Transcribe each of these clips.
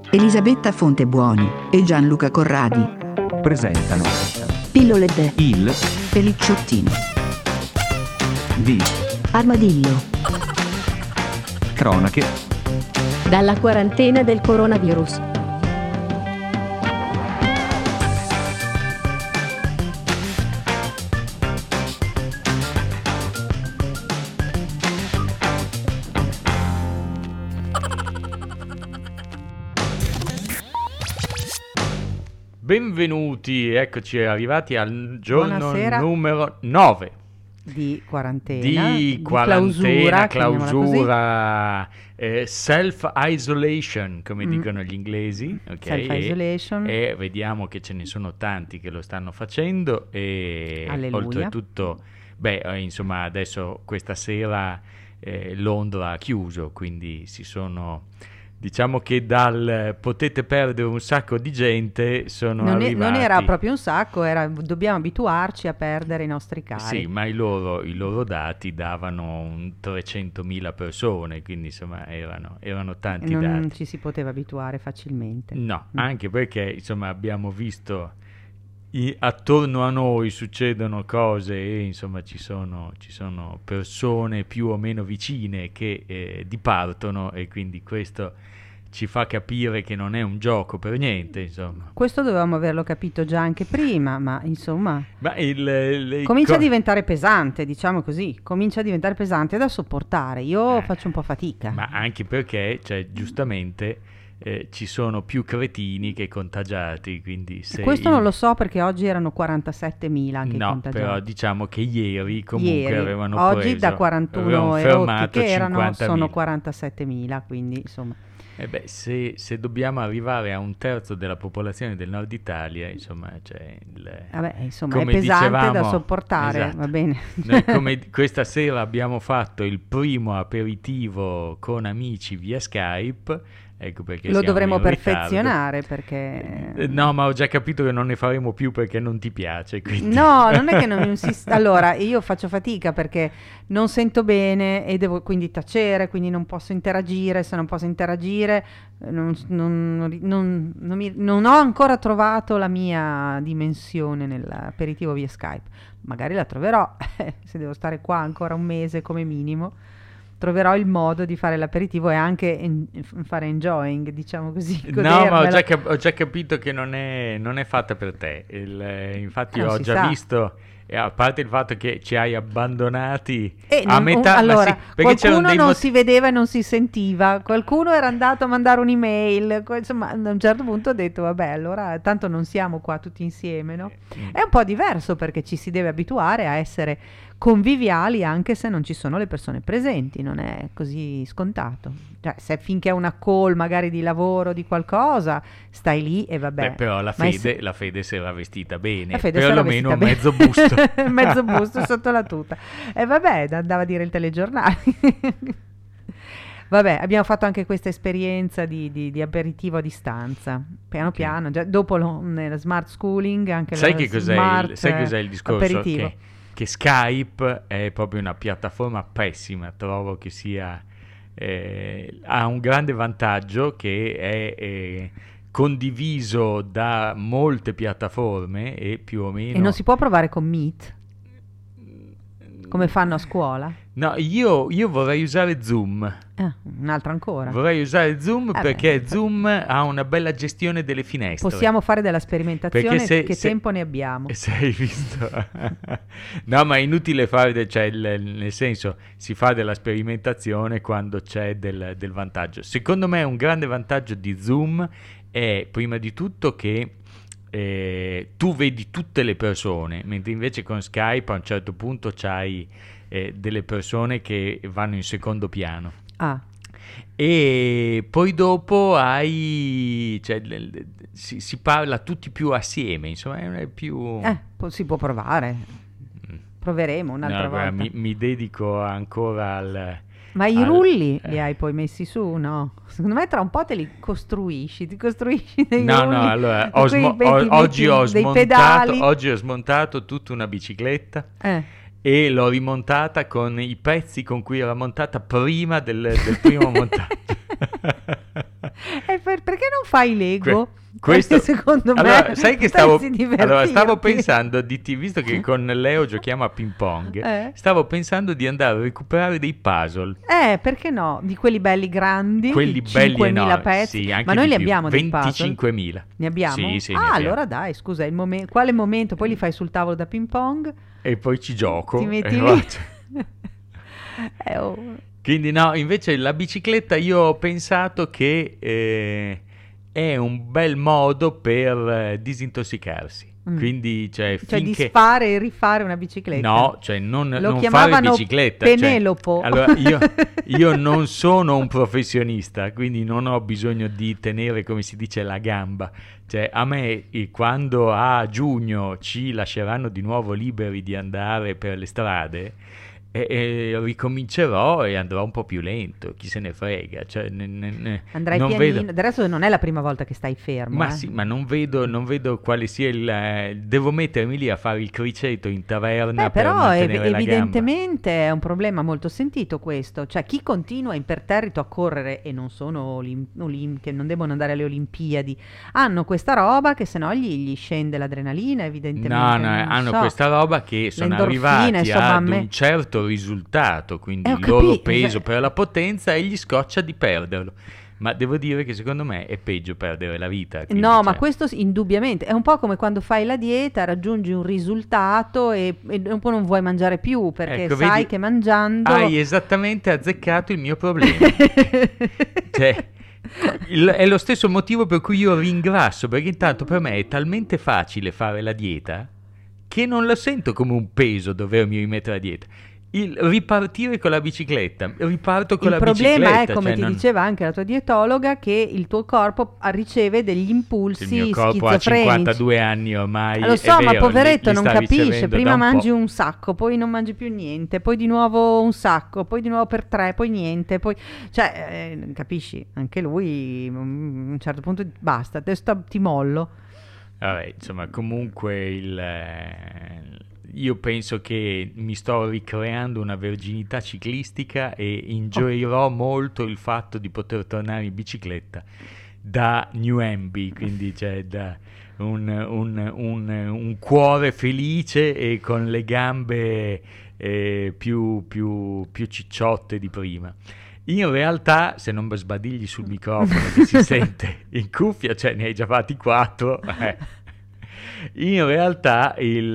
Elisabetta Fontebuoni e Gianluca Corradi presentano Pillole de il Pelicciottino di Armadillo cronache dalla quarantena del coronavirus. Benvenuti, eccoci arrivati al giorno Buonasera. numero 9 di quarantena, di clausura, self-isolation, come dicono gli inglesi, ok? Self-isolation. E vediamo che ce ne sono tanti che lo stanno facendo e Alleluia. oltretutto, insomma, adesso questa sera Londra ha chiuso, quindi diciamo che dal potete perdere un sacco di gente sono arrivati. Non era proprio un sacco, dobbiamo abituarci a perdere i nostri cari. Sì, ma i loro dati davano 300.000 persone, quindi insomma erano tanti non dati. ci si poteva abituare facilmente. No, anche perché insomma abbiamo visto attorno a noi succedono cose e insomma ci sono persone più o meno vicine che dipartono, e quindi questo ci fa capire che non è un gioco per niente, insomma. Questo dovevamo averlo capito già anche prima, ma insomma Ma comincia a diventare pesante, diciamo così, comincia a diventare pesante da sopportare. Io faccio un po' fatica. Ma anche perché, giustamente ci sono più cretini che contagiati, quindi questo non lo so, perché oggi erano 47.000 anche no, contagiati. però diciamo che ieri comunque avevano oggi da 41 e rotti che erano 50.000. sono 47.000, quindi insomma. Se dobbiamo arrivare a un terzo della popolazione del nord Italia, insomma, Insomma, è pesante da sopportare, esatto. Va bene. Noi come questa sera abbiamo fatto il primo aperitivo con amici via Skype, ecco perché lo dovremo in perfezionare, ritardo. perché No, ma ho già capito che non ne faremo più perché non ti piace, quindi. no, non è che non allora io faccio fatica perché non sento bene e devo quindi tacere, quindi non posso interagire. Se non posso interagire non ho ancora trovato la mia dimensione nell'aperitivo via Skype. Magari la troverò se devo stare qua ancora un mese come minimo. Troverò il modo di fare l'aperitivo e anche fare enjoying, diciamo così. No, ma ho già capito che non è fatta per te. Infatti ho già visto, a parte il fatto che ci hai abbandonati a metà. Allora, perché qualcuno non si vedeva e non si sentiva, qualcuno era andato a mandare un'email, insomma, a un certo punto ho detto vabbè, allora tanto non siamo qua tutti insieme, no? È un po' diverso perché ci si deve abituare a essere conviviali anche se non ci sono le persone presenti, non è così scontato. Cioè, se finché è una call magari di lavoro, di qualcosa, stai lì e vabbè. Però la Fede si era vestita bene, perlomeno mezzo busto. mezzo busto sotto la tuta. E vabbè, andava a dire il telegiornale. Vabbè, abbiamo fatto anche questa esperienza di aperitivo a distanza, piano piano, già dopo nella smart schooling, anche sai cos'è il discorso? Aperitivo. Che Skype è proprio una piattaforma pessima, trovo che sia ha un grande vantaggio che è condiviso da molte piattaforme e più o meno. E non si può provare con Meet? Come fanno a scuola? No, io vorrei usare Zoom. Un altro ancora. Vorrei usare Zoom perché Zoom ha una bella gestione delle finestre. Possiamo fare della sperimentazione, tempo ne abbiamo. Se hai visto? No, ma è inutile fare, nel senso, si fa della sperimentazione quando c'è del vantaggio. Secondo me un grande vantaggio di Zoom è prima di tutto che tu vedi tutte le persone, mentre invece con Skype a un certo punto c'hai delle persone che vanno in secondo piano. E poi dopo si parla tutti più assieme, insomma è più. Si può provare. Proveremo un'altra volta. Mi dedico ancora Ma i rulli li hai poi messi su, no? Secondo me tra un po' te li costruisci, dei rulli. No, allora oggi ho smontato tutta una bicicletta e l'ho rimontata con i pezzi con cui era montata prima del primo montaggio. Perché non fai Lego? Questo, Perché secondo me allora, sai che stavo divertirti. pensando visto che con Leo giochiamo a ping pong, stavo pensando di andare a recuperare dei puzzle. Perché no? Di quelli belli grandi, Quelli di belli 5.000 enormi, pezzi. sì, anche Ma noi di li più, abbiamo dei puzzle? 25.000. Ne abbiamo? Sì, ne abbiamo. Allora dai, scusa, quale momento? Poi li fai sul tavolo da ping pong? E poi ci gioco. Ti metti e lì? faccio. Quindi no, invece la bicicletta io ho pensato che è un bel modo per disintossicarsi. Quindi, Cioè di finché... fare e rifare una bicicletta. No, cioè non Lo fare chiamavano bicicletta. Penelopo. Allora, io non sono un professionista, quindi non ho bisogno di tenere, come si dice, la gamba. Cioè, a me, quando a giugno ci lasceranno di nuovo liberi di andare per le strade, ricomincerò e andrò un po' più lento, chi se ne frega, cioè, andrai non pianino. vedo... Adesso non è la prima volta che stai fermo. Ma sì, ma non vedo quale sia devo mettermi lì a fare il criceto in taverna per però mantenere la evidentemente è un problema molto sentito questo, cioè chi continua imperterrito a correre e non sono che non devono andare alle Olimpiadi, hanno questa roba che se no gli scende l'adrenalina, evidentemente. No, hanno questa roba che sono arrivati insomma, ad un certo risultato, quindi il capito, loro peso per la potenza e gli scoccia di perderlo. Ma devo dire che secondo me è peggio perdere la vita. Quindi, no, ma questo indubbiamente è un po' come quando fai la dieta, raggiungi un risultato e un po' non vuoi mangiare più perché sai vedi, che mangiando hai esattamente azzeccato il mio problema. Cioè, è lo stesso motivo per cui io ringrasso, perché intanto per me è talmente facile fare la dieta che non la sento come un peso dovermi rimettere a dieta. Ripartire con la bicicletta, riparto con la bicicletta. Il problema è, come ti diceva anche la tua dietologa, che il tuo corpo riceve degli impulsi schizofrenici. Il mio corpo ha 52 anni ormai. Lo so, ma poveretto non capisce. Prima mangi un un sacco, poi non mangi più niente, poi di nuovo un sacco, poi di nuovo per 3, poi niente, poi... Cioè, capisci? Anche lui, a un certo punto, basta, adesso ti mollo. Vabbè, insomma, comunque io penso che mi sto ricreando una verginità ciclistica e ingioirò molto il fatto di poter tornare in bicicletta da New Amby, quindi cioè da un cuore felice e con le gambe più cicciotte di prima. In realtà, se non sbadigli sul microfono che si sente in cuffia, cioè ne hai già fatti 4, in realtà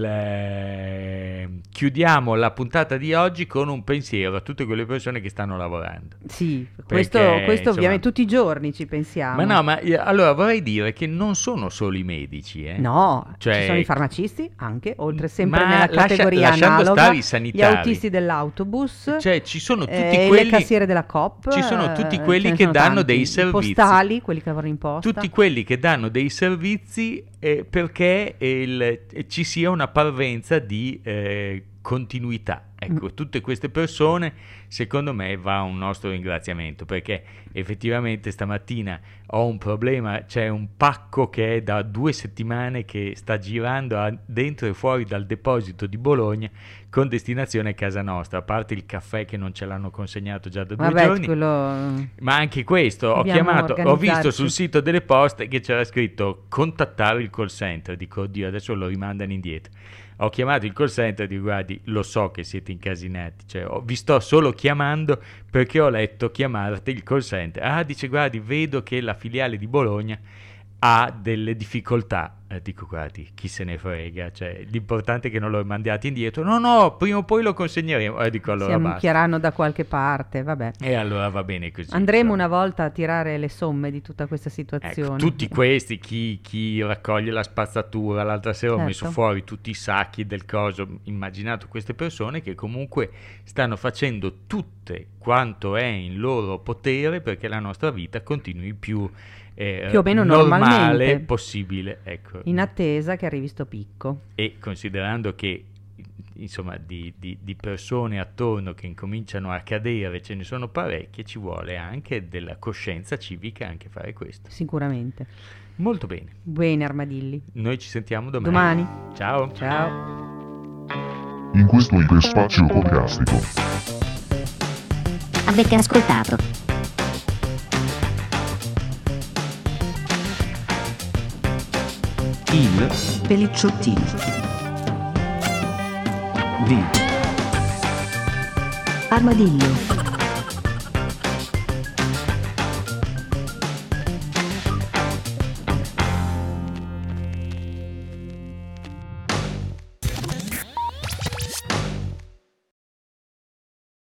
chiudiamo la puntata di oggi con un pensiero a tutte quelle persone che stanno lavorando. Sì, perché, questo ovviamente tutti i giorni ci pensiamo. Allora vorrei dire che non sono solo i medici. No, cioè, ci sono i farmacisti anche, oltre sempre nella categoria analoga, gli autisti dell'autobus, cioè ci sono tutti quelli, le cassiere della Coop, ci sono tutti quelli che danno dei servizi, i postali, quelli che lavorano in posta, tutti quelli che danno dei servizi perché ci sia una parvenza di continuità. Ecco, tutte queste persone, secondo me, va un nostro ringraziamento, perché effettivamente stamattina ho un problema, c'è un pacco che è da 2 settimane che sta girando dentro e fuori dal deposito di Bologna con destinazione a casa nostra, a parte il caffè che non ce l'hanno consegnato già da 2 giorni, ma anche questo ho visto sul sito delle poste che c'era scritto contattare il call center, dico oddio adesso lo rimandano indietro. Ho chiamato il call center e dico guardi, lo so che siete incasinati, cioè vi sto solo chiamando perché ho letto chiamarti il call center. Dice guardi, vedo che la filiale di Bologna ha delle difficoltà. Dico guardi, chi se ne frega, cioè l'importante è che non lo mandiate indietro. No, prima o poi lo consegneremo. Dico allora si ammucchieranno da qualche parte, vabbè. E allora va bene così. Andremo una volta a tirare le somme di tutta questa situazione. Ecco, tutti questi, chi raccoglie la spazzatura, l'altra sera ho messo fuori tutti i sacchi del coso, immaginato queste persone che comunque stanno facendo tutte quanto è in loro potere perché la nostra vita continui più o meno normale possibile, ecco. In attesa che arrivi sto picco. E considerando che insomma di persone attorno che incominciano a cadere ce ne sono parecchie, ci vuole anche della coscienza civica anche fare questo. Sicuramente. Molto bene. Bene Armadilli. Noi ci sentiamo domani. Ciao. In questo iperspazio podcastico avete ascoltato Il. Pelicciottino. Di. Armadillo.